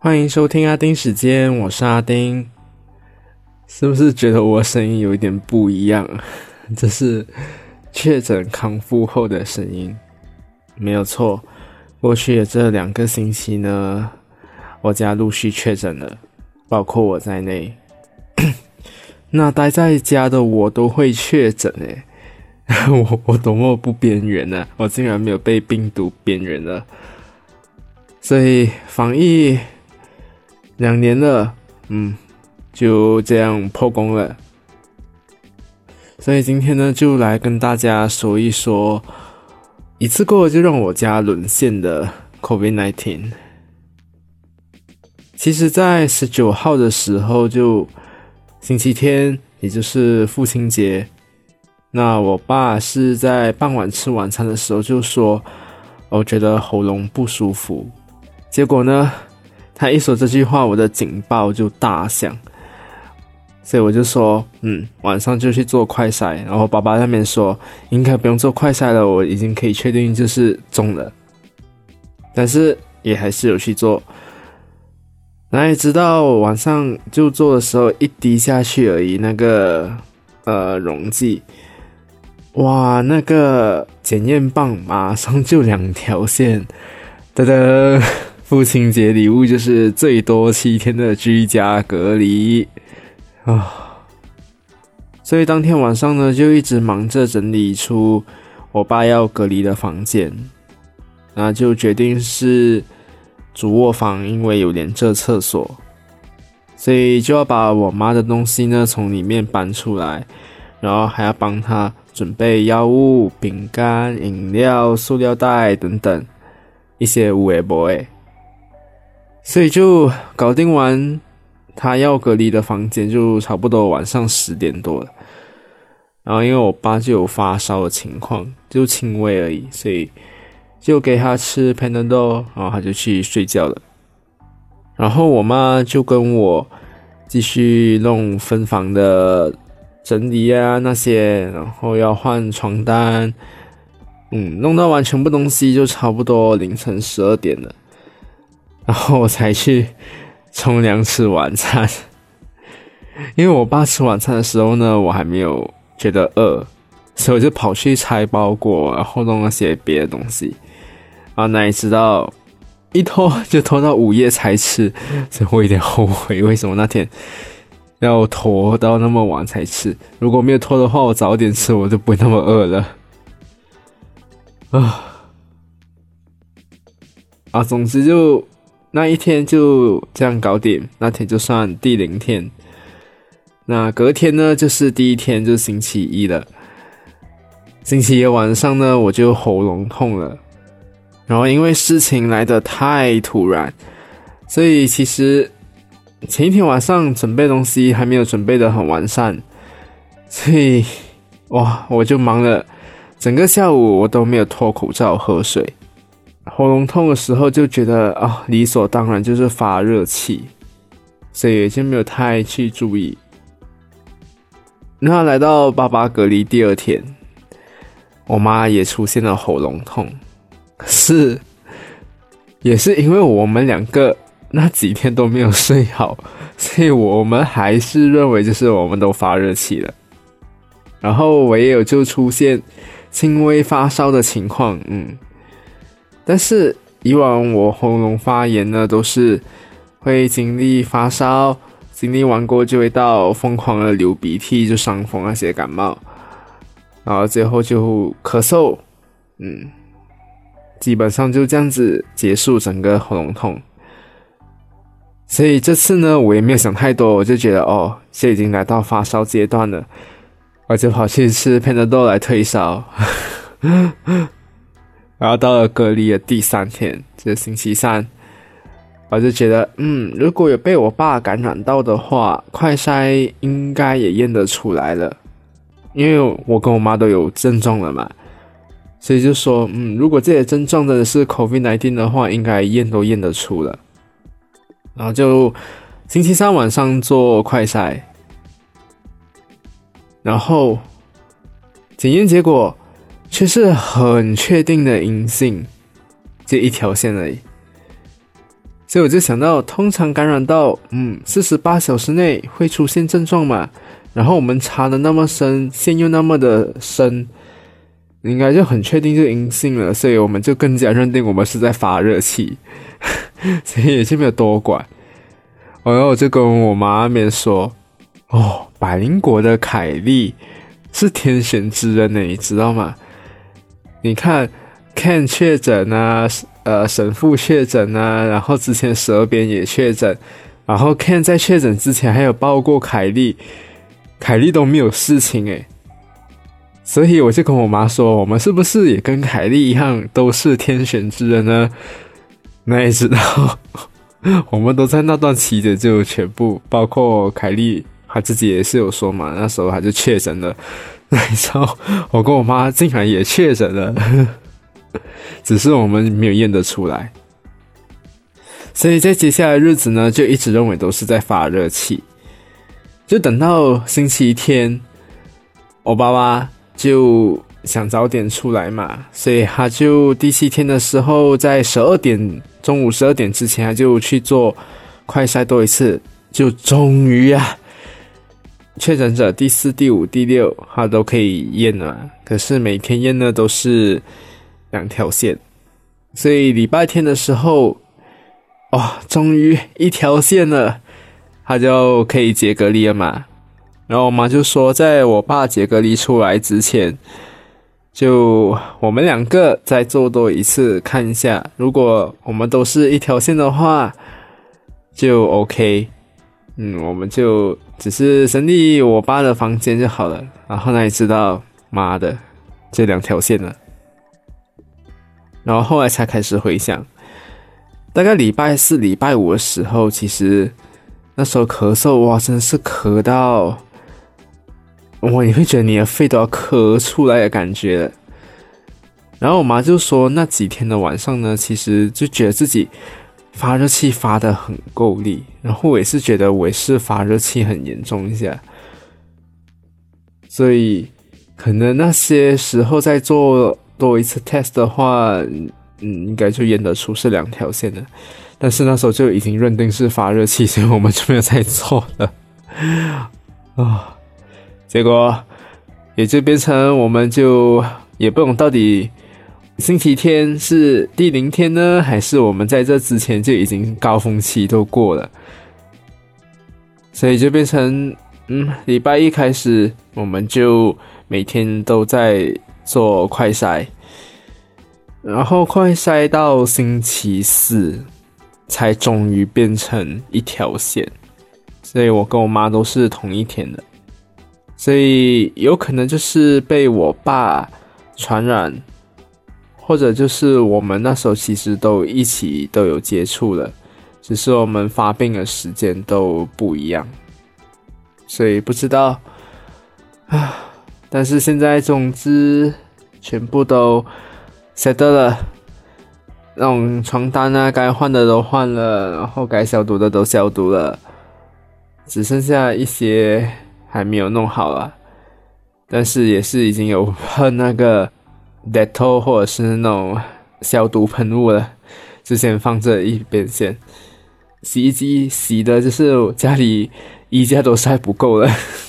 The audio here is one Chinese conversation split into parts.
欢迎收听阿丁时间，我是阿丁。是不是觉得我声音有一点不一样？这是确诊康复后的声音，没有错。过去的这2个星期呢，我家陆续确诊了，包括我在内。那待在家的我都会确诊耶。我多么不边缘啊，我竟然没有被病毒边缘了。所以防疫2年了，就这样破功了。所以今天呢，就来跟大家说一说一次过就让我家沦陷的 COVID-19。其实在19号的时候，就星期天，也就是父亲节，那我爸是在傍晚吃晚餐的时候就说我觉得喉咙不舒服。结果呢，他一说这句话，我的警报就大响，所以我就说晚上就去做快筛。然后爸爸那边说应该不用做快筛了，我已经可以确定就是中了，但是也还是有去做。哪里知道晚上就做的时候一滴下去而已，那个溶剂，哇，那个检验棒马上就2条线，噔噔，父亲节礼物就是最多7天的居家隔离啊！所以当天晚上呢，就一直忙着整理出我爸要隔离的房间，那就决定是主卧房，因为有连着厕所，所以就要把我妈的东西呢从里面搬出来，然后还要帮她准备药物、饼干、饮料、塑料袋等等一些有的没的。所以就搞定完他要隔离的房间，就差不多晚上10点多了。然后因为我爸就有发烧的情况，就轻微而已，所以就给他吃 Panadol， 然后他就去睡觉了。然后我妈就跟我继续弄分房的整理啊那些，然后要换床单，弄到完全部东西就差不多凌晨12点了。然后我才去冲凉吃晚餐。因为我爸吃晚餐的时候呢，我还没有觉得饿，所以我就跑去拆包裹，然后弄那些别的东西。然后哪里知道一拖就拖到午夜才吃，所以我有点后悔为什么那天要拖到那么晚才吃。如果没有拖的话，我早点吃我就不会那么饿了。总之就那一天就这样搞定，那天就算第0天。那隔天呢，就是第1天，就是星期一了。星期一晚上呢，我就喉咙痛了，然后因为事情来得太突然，所以其实前一天晚上准备东西还没有准备得很完善，所以我就忙了整个下午，我都没有脱口罩喝水。喉咙痛的时候就觉得理所当然就是发热气，所以就没有太去注意。那来到爸爸隔离第2天，我妈也出现了喉咙痛，也是因为我们2个那几天都没有睡好，所以我们还是认为就是我们都发热气了。然后我也有就出现轻微发烧的情况，但是以往我喉咙发炎呢，都是会经历发烧，经历完过就会到疯狂的流鼻涕，就伤风那些感冒，然后最后就咳嗽，基本上就这样子结束整个喉咙痛。所以这次呢，我也没有想太多，我就觉得现在已经来到发烧阶段了，我就跑去吃 Panadol 来退烧。然后到了隔离的第3天，就是星期3，我就觉得如果有被我爸感染到的话，快筛应该也验得出来了，因为我跟我妈都有症状了嘛，所以就说如果这些症状真的是 COVID-19 的话，应该验都验得出了。然后就星期3晚上做快筛，然后检验结果却是很确定的阴性，就1条线而已。 所以我就想到，通常感染到48小时内会出现症状嘛，然后我们查的那么深，线又那么的深，应该就很确定就阴性了，所以我们就更加认定我们是在发热气，所以也就没有多管。然后我就跟我妈那边说，百灵果的凯莉是天选之人呢，你知道吗？你看 Ken 确诊啊，神父确诊啊，然后之前蛇鞭也确诊，然后 Ken 在确诊之前还有抱过凯莉都没有事情诶。所以我就跟我妈说，我们是不是也跟凯莉一样都是天选之人呢？那也知道我们都在那段期间就全部，包括凯莉她自己也是有说嘛，那时候她就确诊了，那时候我跟我妈竟然也确诊了只是我们没有验得出来。所以在接下来的日子呢，就一直认为都是在发热气，就等到星期天我爸爸就想早点出来嘛，所以他就第7天的时候在中午12点之前他就去做快筛多一次，就终于确诊者第4、第5、第6他都可以验了，可是每天验呢都是2条线，所以礼拜天的时候终于1条线了，他就可以解隔离了嘛。然后我妈就说，在我爸解隔离出来之前，就我们2个再做多一次看一下，如果我们都是1条线的话就 OK， 我们就只是整理我爸的房间就好了。然后呢，也知道妈的这2条线了。然后后来才开始回想，大概礼拜4、礼拜5的时候，其实那时候咳嗽真的是咳到你会觉得你的肺都要咳出来的感觉了。然后我妈就说那几天的晚上呢，其实就觉得自己发热气发得很够力，然后我也是觉得我也是发热气很严重一下，所以可能那些时候再做多一次 test 的话，应该就验得出是2条线的，但是那时候就已经认定是发热气，所以我们就没有再做了结果也就变成我们就也不懂到底星期天是第0天呢，还是我们在这之前就已经高峰期都过了，所以就变成礼拜1开始我们就每天都在做快筛，然后快筛到星期4才终于变成1条线，所以我跟我妈都是同一天的，所以有可能就是被我爸传染，或者就是我们那时候其实都一起都有接触了，只是我们发病的时间都不一样，所以不知道但是现在总之全部都 set 了，那种床单该换的都换了，然后该消毒的都消毒了，只剩下一些还没有弄好啊，但是也是已经有喷那个 Dettol 或者是那种消毒喷雾了，之前放这一边先，洗衣机洗的就是家里衣架都晒不够了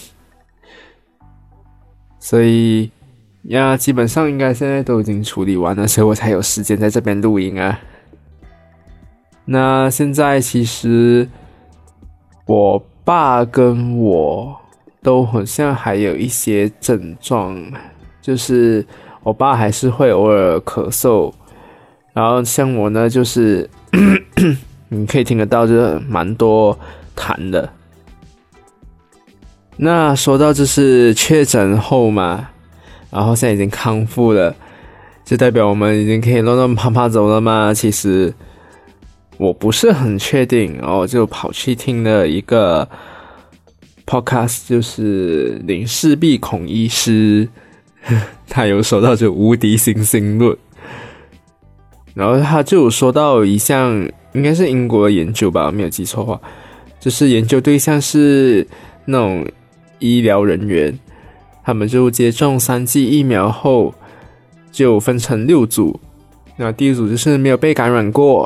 所以基本上应该现在都已经处理完了，所以我才有时间在这边录音啊。那现在其实我爸跟我都好像还有一些症状，就是我爸还是会偶尔咳嗽，然后像我呢就是你可以听得到就是蛮多痰的。那说到就是确诊后嘛，然后现在已经康复了，就代表我们已经可以乱乱趴趴走了吗？其实我不是很确定，然后就跑去听了一个 podcast， 就是林氏璧孔医师他有说到就无敌星星论，然后他就有说到一项应该是英国的研究吧，没有记错的话，就是研究对象是那种医疗人员，他们就接种3剂疫苗后就分成6组，那第一组就是没有被感染过，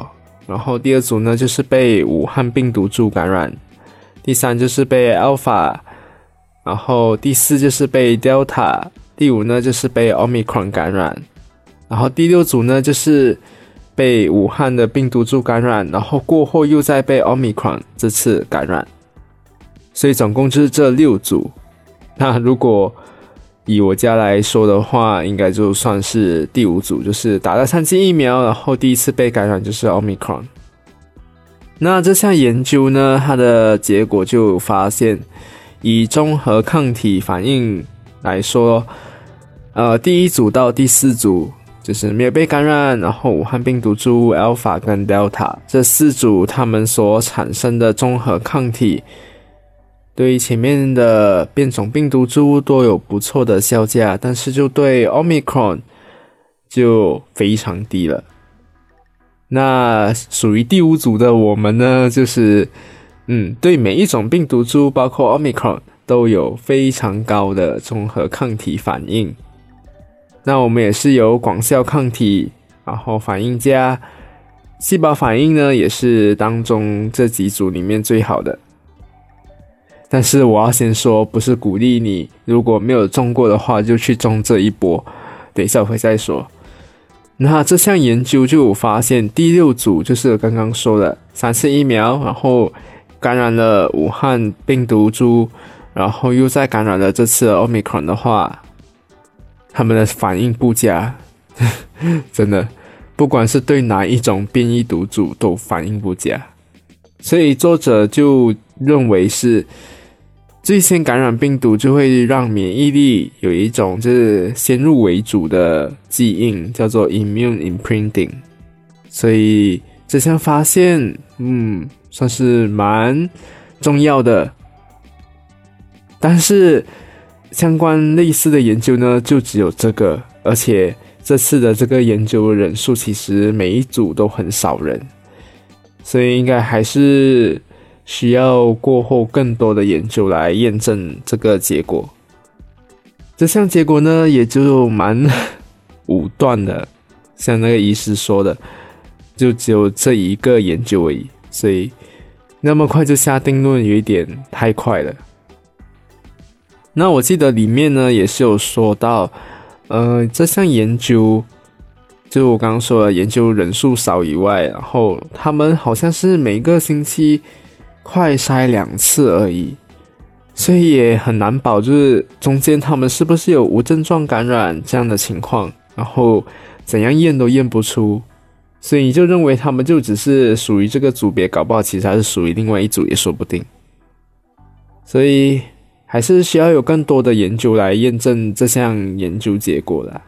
然后第二组呢就是被武汉病毒株感染，第三就是被 Alpha， 然后第四就是被 Delta， 第五呢就是被 Omicron 感染，然后第六组呢就是被武汉的病毒株感染，然后过后又再被 Omicron 这次感染，所以总共就是这6组。那如果以我家来说的话，应该就算是第5组，就是打了3剂疫苗，然后第一次被感染就是 Omicron。 那这项研究呢，它的结果就发现，以综合抗体反应来说，第1组到第4组就是没有被感染，然后武汉病毒株 Alpha 跟 Delta 这4组他们所产生的综合抗体对前面的变种病毒株都有不错的效价，但是就对 Omicron 就非常低了。那属于第5组的我们呢，就是对每一种病毒株包括 Omicron 都有非常高的综合抗体反应。那我们也是有广效抗体，然后反应家细胞反应呢也是当中这几组里面最好的。但是我要先说，不是鼓励你如果没有中过的话就去中这一波，等一下我会再说。那这项研究就发现，第6组就是刚刚说的3次疫苗，然后感染了武汉病毒株，然后又再感染了这次的 Omicron 的话，他们的反应不佳真的，不管是对哪一种变异毒株都反应不佳。所以作者就认为是最先感染病毒就会让免疫力有一种就是先入为主的基因，叫做 immune imprinting。 所以这项发现算是蛮重要的。但是相关类似的研究呢就只有这个，而且这次的这个研究人数其实每一组都很少人，所以应该还是需要过后更多的研究来验证这个结果。这项结果呢也就蛮武断的，像那个医师说的，就只有这一个研究而已，所以那么快就下定论有一点太快了。那我记得里面呢也是有说到这项研究就我刚刚说的研究人数少以外，然后他们好像是每个星期快筛2次而已，所以也很难保就是中间他们是不是有无症状感染这样的情况，然后怎样验都验不出，所以你就认为他们就只是属于这个组别，搞不好其实还是属于另外一组也说不定。所以还是需要有更多的研究来验证这项研究结果啦。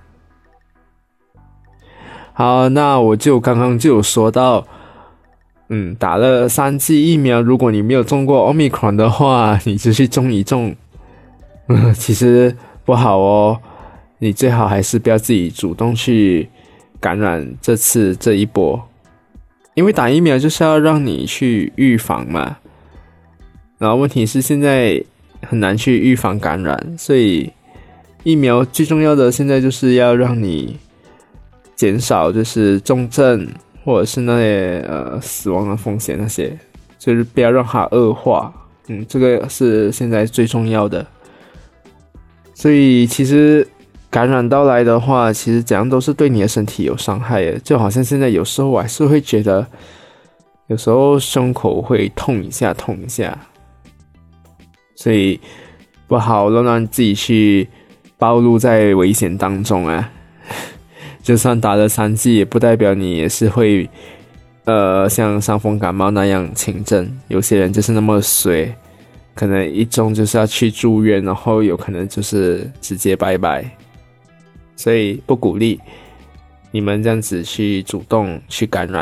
好，那我就刚刚就有说到打了3剂疫苗，如果你没有中过 Omicron 的话，你就去中一中其实不好哦，你最好还是不要自己主动去感染这一波，因为打疫苗就是要让你去预防嘛，然后问题是现在很难去预防感染，所以疫苗最重要的现在就是要让你减少就是重症或者是那些死亡的风险，那些就是不要让它恶化，这个是现在最重要的。所以其实感染到来的话，其实怎样都是对你的身体有伤害的，就好像现在有时候我还是会觉得有时候胸口会痛一下，所以不好让自己去暴露在危险当中啊。就算打了3剂也不代表你也是会像伤风感冒那样轻症，有些人就是那么衰，可能一中就是要去住院，然后有可能就是直接拜拜。所以不鼓励你们这样子去主动去感染。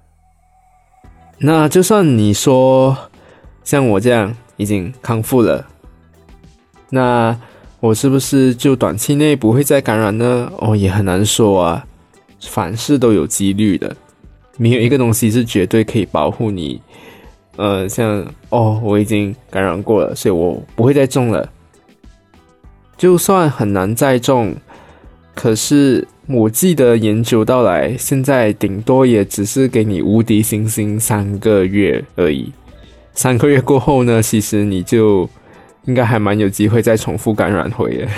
那就算你说像我这样已经康复了，那我是不是就短期内不会再感染呢？也很难说啊，凡事都有几率的，没有一个东西是绝对可以保护你像我已经感染过了，所以我不会再中了。就算很难再中，可是我记得研究到来，现在顶多也只是给你无敌星星3个月而已。3个月过后呢，其实你就应该还蛮有机会再重复感染回的。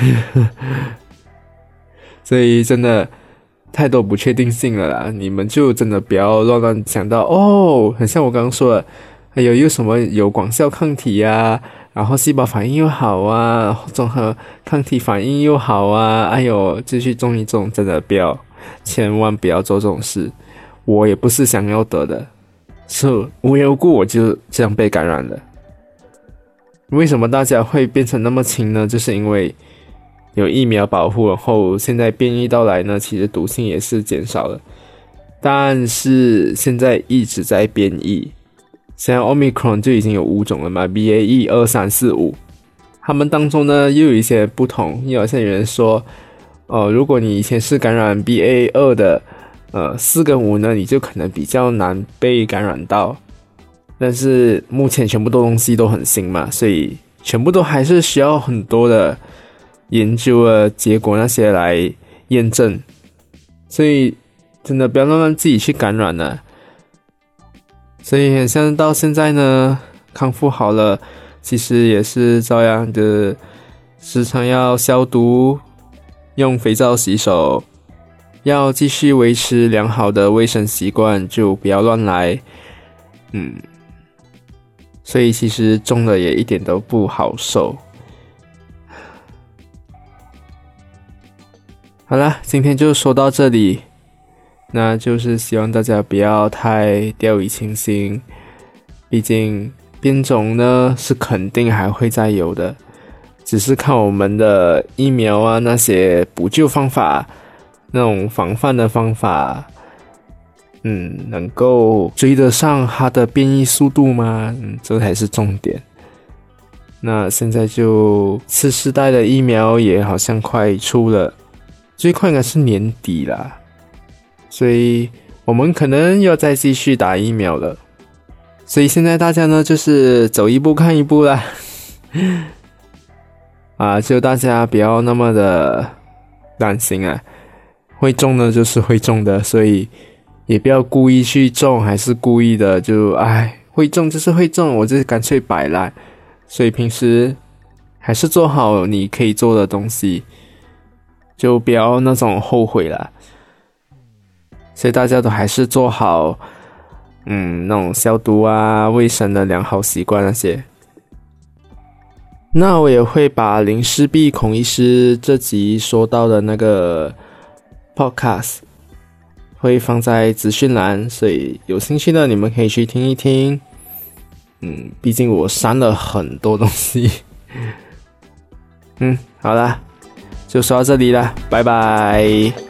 所以真的太多不确定性了啦，你们就真的不要乱想到哦，很像我刚刚说的，还有什么有广效抗体啊，然后细胞反应又好啊，综合抗体反应又好啊，哎呦，继续中一中，真的不要，千万不要做这种事。我也不是想要得的，是无缘无故我就这样被感染了。为什么大家会变成那么轻呢？就是因为有疫苗保护，然后现在变异到来呢，其实毒性也是减少了，但是现在一直在变异。现在 Omicron 就已经有5种了嘛 ，BA1、2、3、4、5，他们当中呢又有一些不同。又好像有人说，如果你以前是感染 BA2 的，4跟5呢，你就可能比较难被感染到。但是目前全部的东西都很新嘛，所以全部都还是需要很多的研究的结果那些来验证。所以真的不要让自己去感染了。所以很像到现在呢，康复好了，其实也是照样的，时常要消毒，用肥皂洗手，要继续维持良好的卫生习惯，就不要乱来。所以其实中了也一点都不好受。好啦，今天就说到这里，那就是希望大家不要太掉以轻心，毕竟变种呢是肯定还会再有的，只是看我们的疫苗啊那些补救方法，那种防范的方法，能够追得上它的变异速度吗？这才是重点。那现在就次世代的疫苗也好像快出了，最快应该是年底啦，所以我们可能要再继续打疫苗了。所以现在大家呢就是走一步看一步啦。就大家不要那么的担心啊，会中呢就是会中的，所以也不要故意去中，还是故意的就会中就是会中，我就干脆摆烂。所以平时还是做好你可以做的东西，就不要那种后悔啦。所以大家都还是做好那种消毒啊、卫生的良好习惯那些。那我也会把林氏璧孔医师这集说到的那个 podcast 会放在资讯栏，所以有兴趣的你们可以去听一听。毕竟我删了很多东西。好啦，就说到这里啦，拜拜。